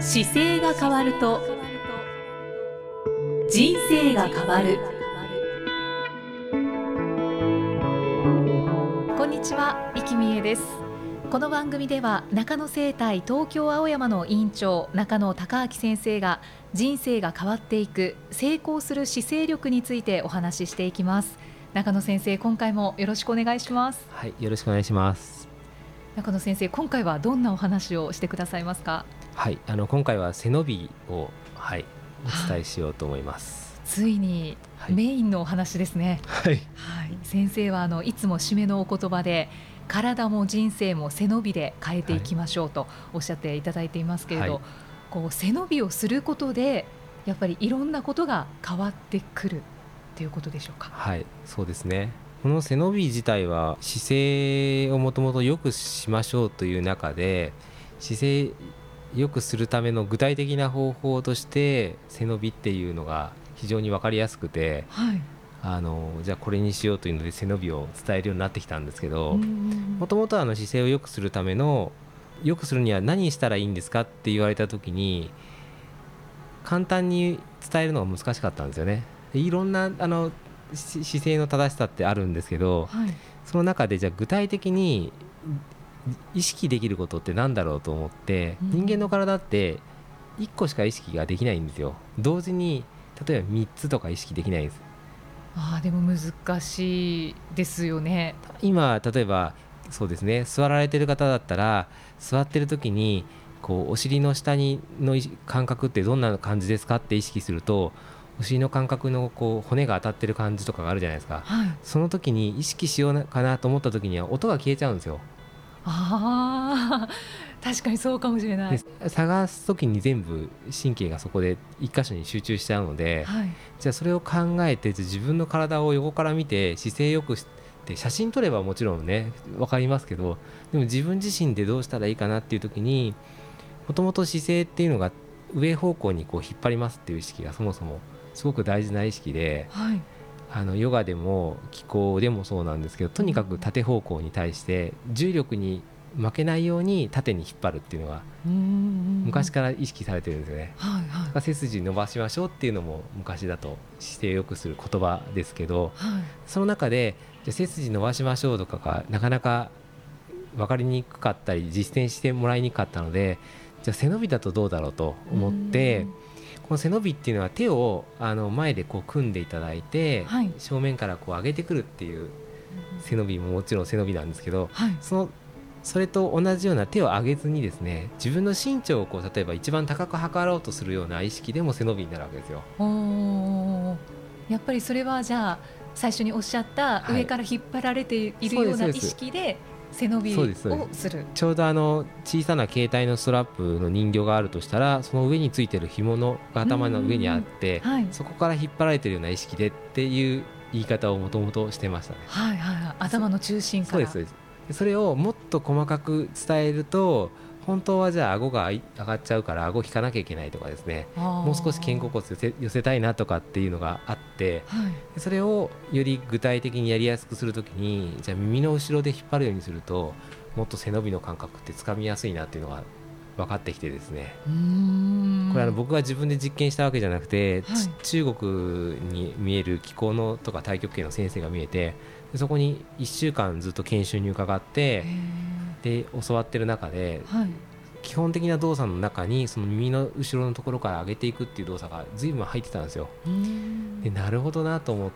姿勢が変わると人生が変わる。こんにちは、生きみえです。この番組では中野生態東京青山の院長中野孝明先生が人生が変わっていく成功する姿勢力についてお話ししていきます。中野先生、今回もよろしくお願いします。 はい、よろしくお願いします。 中野先生、今回はどんなお話をしてくださいますか？ はい、今回は背伸びを、お伝えしようと思います。 ついにメインのお話ですね。 はい、 先生はいつも締めのお言葉で体も人生も背伸びで変えていきましょうとおっしゃっていただいていますけれど、こう背伸びをすることでやっぱりいろんなことが変わってくるということでしょうか？ はい、そうですね。この背伸び自体は姿勢をもともと良くしましょうという中で、姿勢良くするための具体的な方法として背伸びっていうのが非常に分かりやすくて、じゃあこれにしようというので背伸びを伝えるようになってきたんですけど、もともと姿勢を良くするための良くするには何したらいいんですかって言われた時に簡単に伝えるのが難しかったんですよね。いろんな姿勢の正しさってあるんですけど、その中でじゃあ具体的に意識できることって何だろうと思って、人間の体って1個しか意識ができないんですよ。同時に例えば3つとか意識できないんです。 でも難しいですよね。 今例えばそうですね、座られてる方だったら座ってる時にこうお尻の下にの感覚ってどんな感じですかって意識すると、お尻の感覚のこう骨が当たってる感じとかがあるじゃないですか、その時に意識しようかなと思った時には音が消えちゃうんですよ。 確かにそうかもしれない。 で探す時に全部神経がそこで一箇所に集中しちゃうので、じゃあそれを考えて自分の体を横から見て姿勢よくして写真撮ればもちろんね分かりますけど、でも自分自身でどうしたらいいかなっていう時に、もともと姿勢っていうのが上方向にこう引っ張りますっていう意識がそもそもすごく大事な意識で、ヨガでも気功でもそうなんですけど、とにかく縦方向に対して重力に負けないように縦に引っ張るっていうのが昔から意識されてるんですよね。背筋伸ばしましょうっていうのも昔だと姿勢を良くする言葉ですけど、その中でじゃ背筋伸ばしましょうとかがなかなか分かりにくかったり実践してもらいにくかったので、じゃあ背伸びだとどうだろうと思って、この背伸びっていうのは手を前でこう組んでいただいて、正面からこう上げてくるっていう背伸びももちろん背伸びなんですけど、それと同じような手を上げずにですね、自分の身長をこう例えば一番高く測ろうとするような意識でも背伸びになるわけですよ。 やっぱりそれはじゃあ最初におっしゃった上から引っ張られているような意識で背伸びをする。 ちょうど小さな携帯のストラップの人形があるとしたら、その上についてる紐のが頭の上にあって、そこから引っ張られてるような意識でっていう言い方をもともとしてましたね。 頭の中心から。 そうです。それをもっと細かく伝えると、本当はじゃあ顎が上がっちゃうから顎引かなきゃいけないとかですね、もう少し肩甲骨寄せたいなとかっていうのがあって、それをより具体的にやりやすくするときに、じゃあ耳の後ろで引っ張るようにするともっと背伸びの感覚ってつかみやすいなっていうのが分かってきてですね。これ僕が自分で実験したわけじゃなくて、中国に見える気功のとか太極拳の先生が見えて、そこに1週間ずっと研修に伺ってで教わってる中で、基本的な動作の中にその耳の後ろのところから上げていくっていう動作が随分入ってたんですよ。でなるほどなと思って、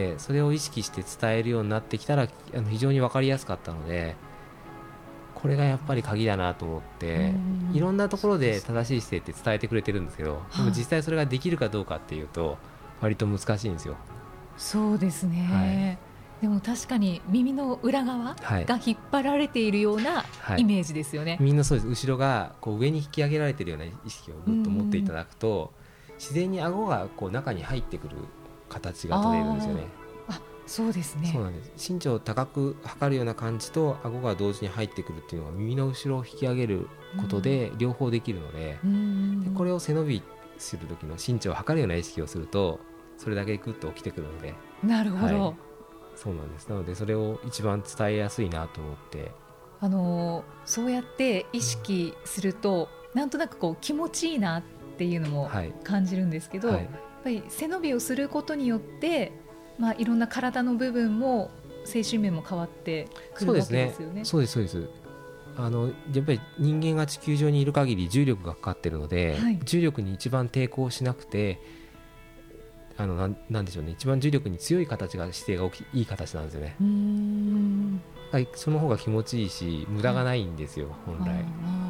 それを意識して伝えるようになってきたら非常に分かりやすかったので、これがやっぱり鍵だなと思って、いろんなところで正しい姿勢って伝えてくれてるんですけど、でも実際それができるかどうかっていうと割と難しいんですよ。 そうですね、でも確かに耳の裏側が引っ張られているようなイメージですよね。 みんなそうです。後ろがこう上に引き上げられているような意識をぐっと持っていただくと、自然に顎がこう中に入ってくる形が取れるんですよね。 そうですね。 そうなんです。身長を高く測るような感じと顎が同時に入ってくるっていうのが耳の後ろを引き上げることで両方できるので、でこれを背伸びする時の身長を測るような意識をするとそれだけグッと起きてくるので。 なるほど、 そうなんです。なのでそれを一番伝えやすいなと思って、 そうやって意識すると、 なんとなくこう気持ちいいなっていうのも感じるんですけど、やっぱり背伸びをすることによって、いろんな体の部分も精神面も変わってくるわけですよね。 そうですやっぱり人間が地球上にいる限り重力がかかっているので、重力に一番抵抗しなくてなんでしょうね、一番重力に強い形が姿勢がいい形なんですよね。その方が気持ちいいし無駄がないんですよ、本来。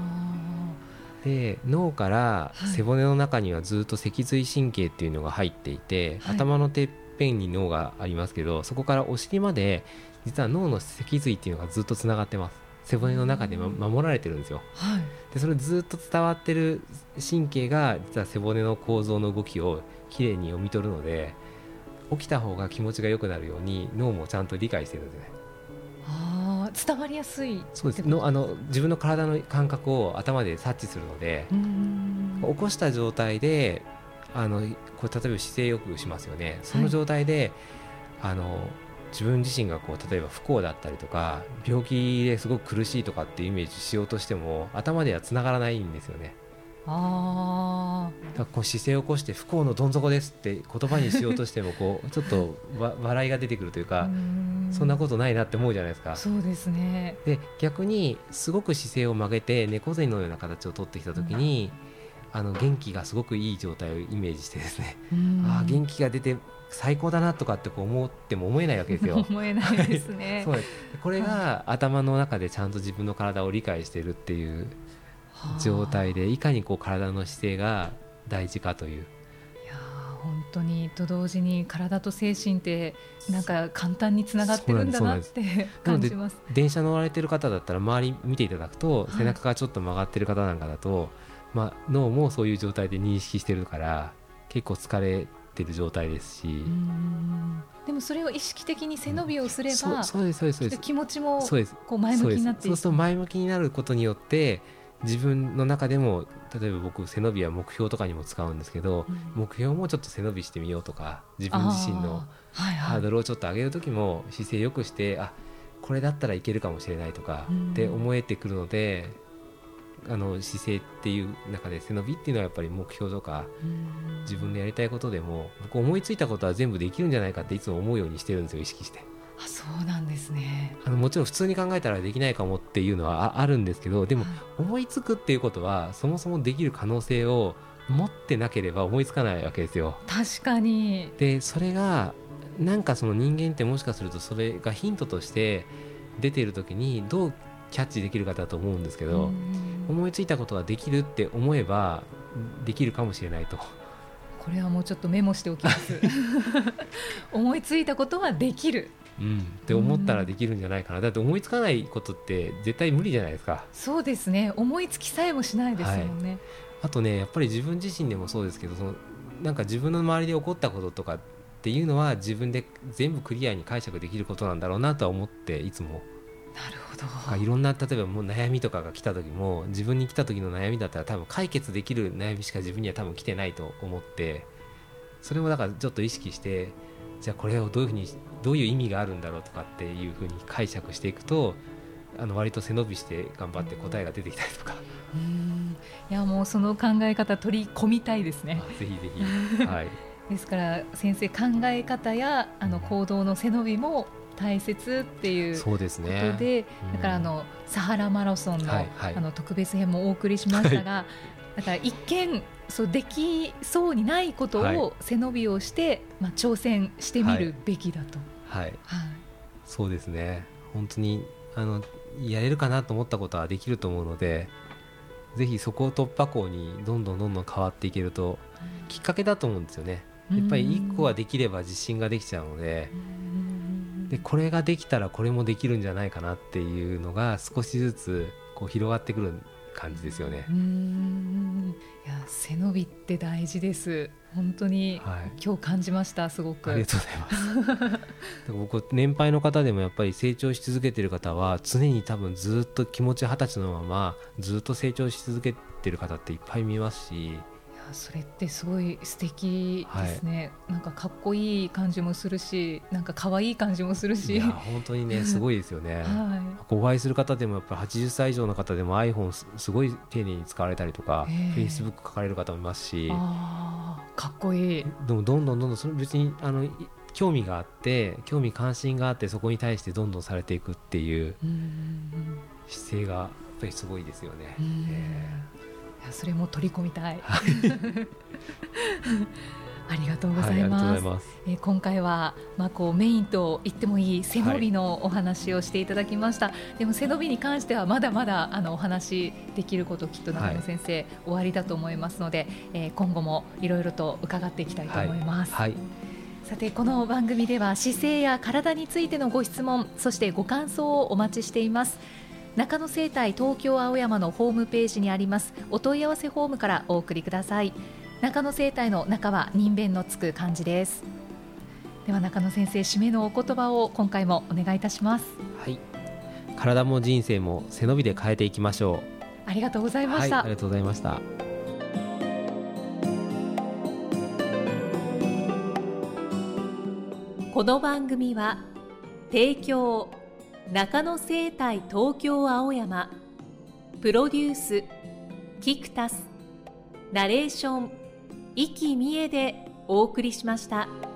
で脳から背骨の中にはずっと脊髄神経っていうのが入っていて、頭のてっぺんに脳がありますけど、そこからお尻まで実は脳の脊髄っていうのがずっとつながってます。背骨の中で、守られてるんですよ。でそれずっと伝わってる神経が実は背骨の構造の動きをきれいに読み取るので、起きた方が気持ちが良くなるように脳もちゃんと理解してるんですね。 伝わりやすい。 そうです。自分の体の感覚を頭で察知するので、起こした状態でこれ例えば姿勢よくしますよね。その状態で、自分自身が例えば不幸だったりとか病気ですごく苦しいとかっていうイメージしようとしても頭ではつながらないんですよね。だから姿勢を起こして不幸のどん底ですって言葉にしようとしてもちょっと笑いが出てくるというか、そんなことないなって思うじゃないですか。 そうですね。 で逆にすごく姿勢を曲げて猫背のような形をとってきた時に、元気がすごくいい状態をイメージしてですね、元気が出て最高だなとかって思っても思えないわけですよ。 思えないですね。 そうです。これが頭の中でちゃんと自分の体を理解しているっていう状態で、いかに体の姿勢が大事かという。いや本当にと同時に体と精神ってなんか簡単につながってるんだなって感じます。 電車乗られてる方だったら周り見ていただくと、背中がちょっと曲がってる方なんかだと、脳もそういう状態で認識してるから結構疲れてる状態ですし、 でもそれを意識的に背伸びをすれば、 そうです気持ちも前向きになっていく。 そうすると前向きになることによって自分の中でも、例えば僕背伸びは目標とかにも使うんですけど、目標もちょっと背伸びしてみようとか、自分自身のハードルをちょっと上げる時も姿勢よくして、これだったらいけるかもしれないとかって思えてくるので、姿勢っていう中で背伸びっていうのはやっぱり目標とか自分でやりたいことでも、僕思いついたことは全部できるんじゃないかっていつも思うようにしてるんですよ、意識して。 そうなんですね。 もちろん普通に考えたらできないかもっていうのは あるんですけど、でも思いつくっていうことはそもそもできる可能性を持ってなければ思いつかないわけですよ。 確かに。 でそれがなんかその人間ってもしかするとそれがヒントとして出ている時にどうキャッチできるかだと思うんですけど、思いついたことができるって思えばできるかもしれないと。 これはもうちょっとメモしておきます思いついたことはできる、 って思ったらできるんじゃないかな。だって思いつかないことって絶対無理じゃないですか。 そうですね。思いつきさえもしないですもんね。 あとね、やっぱり自分自身でもそうですけど、なんか自分の周りで起こったこととかっていうのは自分で全部クリアに解釈できることなんだろうなとは思って、いつも。 なるほど。 いろんな例えばもう悩みとかが来た時も、自分に来た時の悩みだったら多分解決できる悩みしか自分には多分来てないと思って、それもだからちょっと意識して、じゃあこれをどういう意味があるんだろうとかっていうふうに解釈していくと、割と背伸びして頑張って答えが出てきたりとか。 いやもうその考え方取り込みたいですね。 ぜひぜひ、 ですから先生、考え方や行動の背伸びも大切っていうことで、だからサハラマラソンの、特別編もお送りしましたが、だから一見できそうにないことを背伸びをして、挑戦してみるべきだと。 そうですね。本当にやれるかなと思ったことはできると思うので、ぜひそこを突破口にどんどん変わっていけると、きっかけだと思うんですよね。やっぱり一個はできれば自信ができちゃうので、これができたらこれもできるんじゃないかなっていうのが少しずつ広がってくる感じですよね。 いや背伸びって大事です。本当に、今日感じました。すごくありがとうございます僕年配の方でもやっぱり成長し続けている方は、常に多分ずっと気持ち20歳のままずっと成長し続けている方っていっぱい見ますし、 それってすごい素敵ですね、なんかかっこいい感じもするし、なんか可愛い感じもするし、 いや本当にねすごいですよね、お会いする方でもやっぱり80歳以上の方でも iPhone すごい丁寧に使われたりとか、Facebook 書かれる方もいますし、 かっこいい。 でもどんどんそれ別に興味があって興味関心があってそこに対してどんどんされていくっていう姿勢がやっぱりすごいですよね。 いやそれも取り込みたいありがとうございます、今回は、こうメインと言ってもいい背伸びのお話をしていただきました、でも背伸びに関してはまだまだお話できることきっと中野先生、終わりだと思いますので、今後もいろいろと伺っていきたいと思います、さてこの番組では姿勢や体についてのご質問、そしてご感想をお待ちしています。中野生態東京青山のホームページにありますお問い合わせフォームからお送りください。中野生態の中は人弁のつく漢字です。では中野先生、締めのお言葉を今回もお願いいたします。 体も人生も背伸びで変えていきましょう。 ありがとうございました、 ありがとうございました。 この番組は提供中野生態東京青山、プロデュースキクタス、ナレーション生きみえでお送りしました。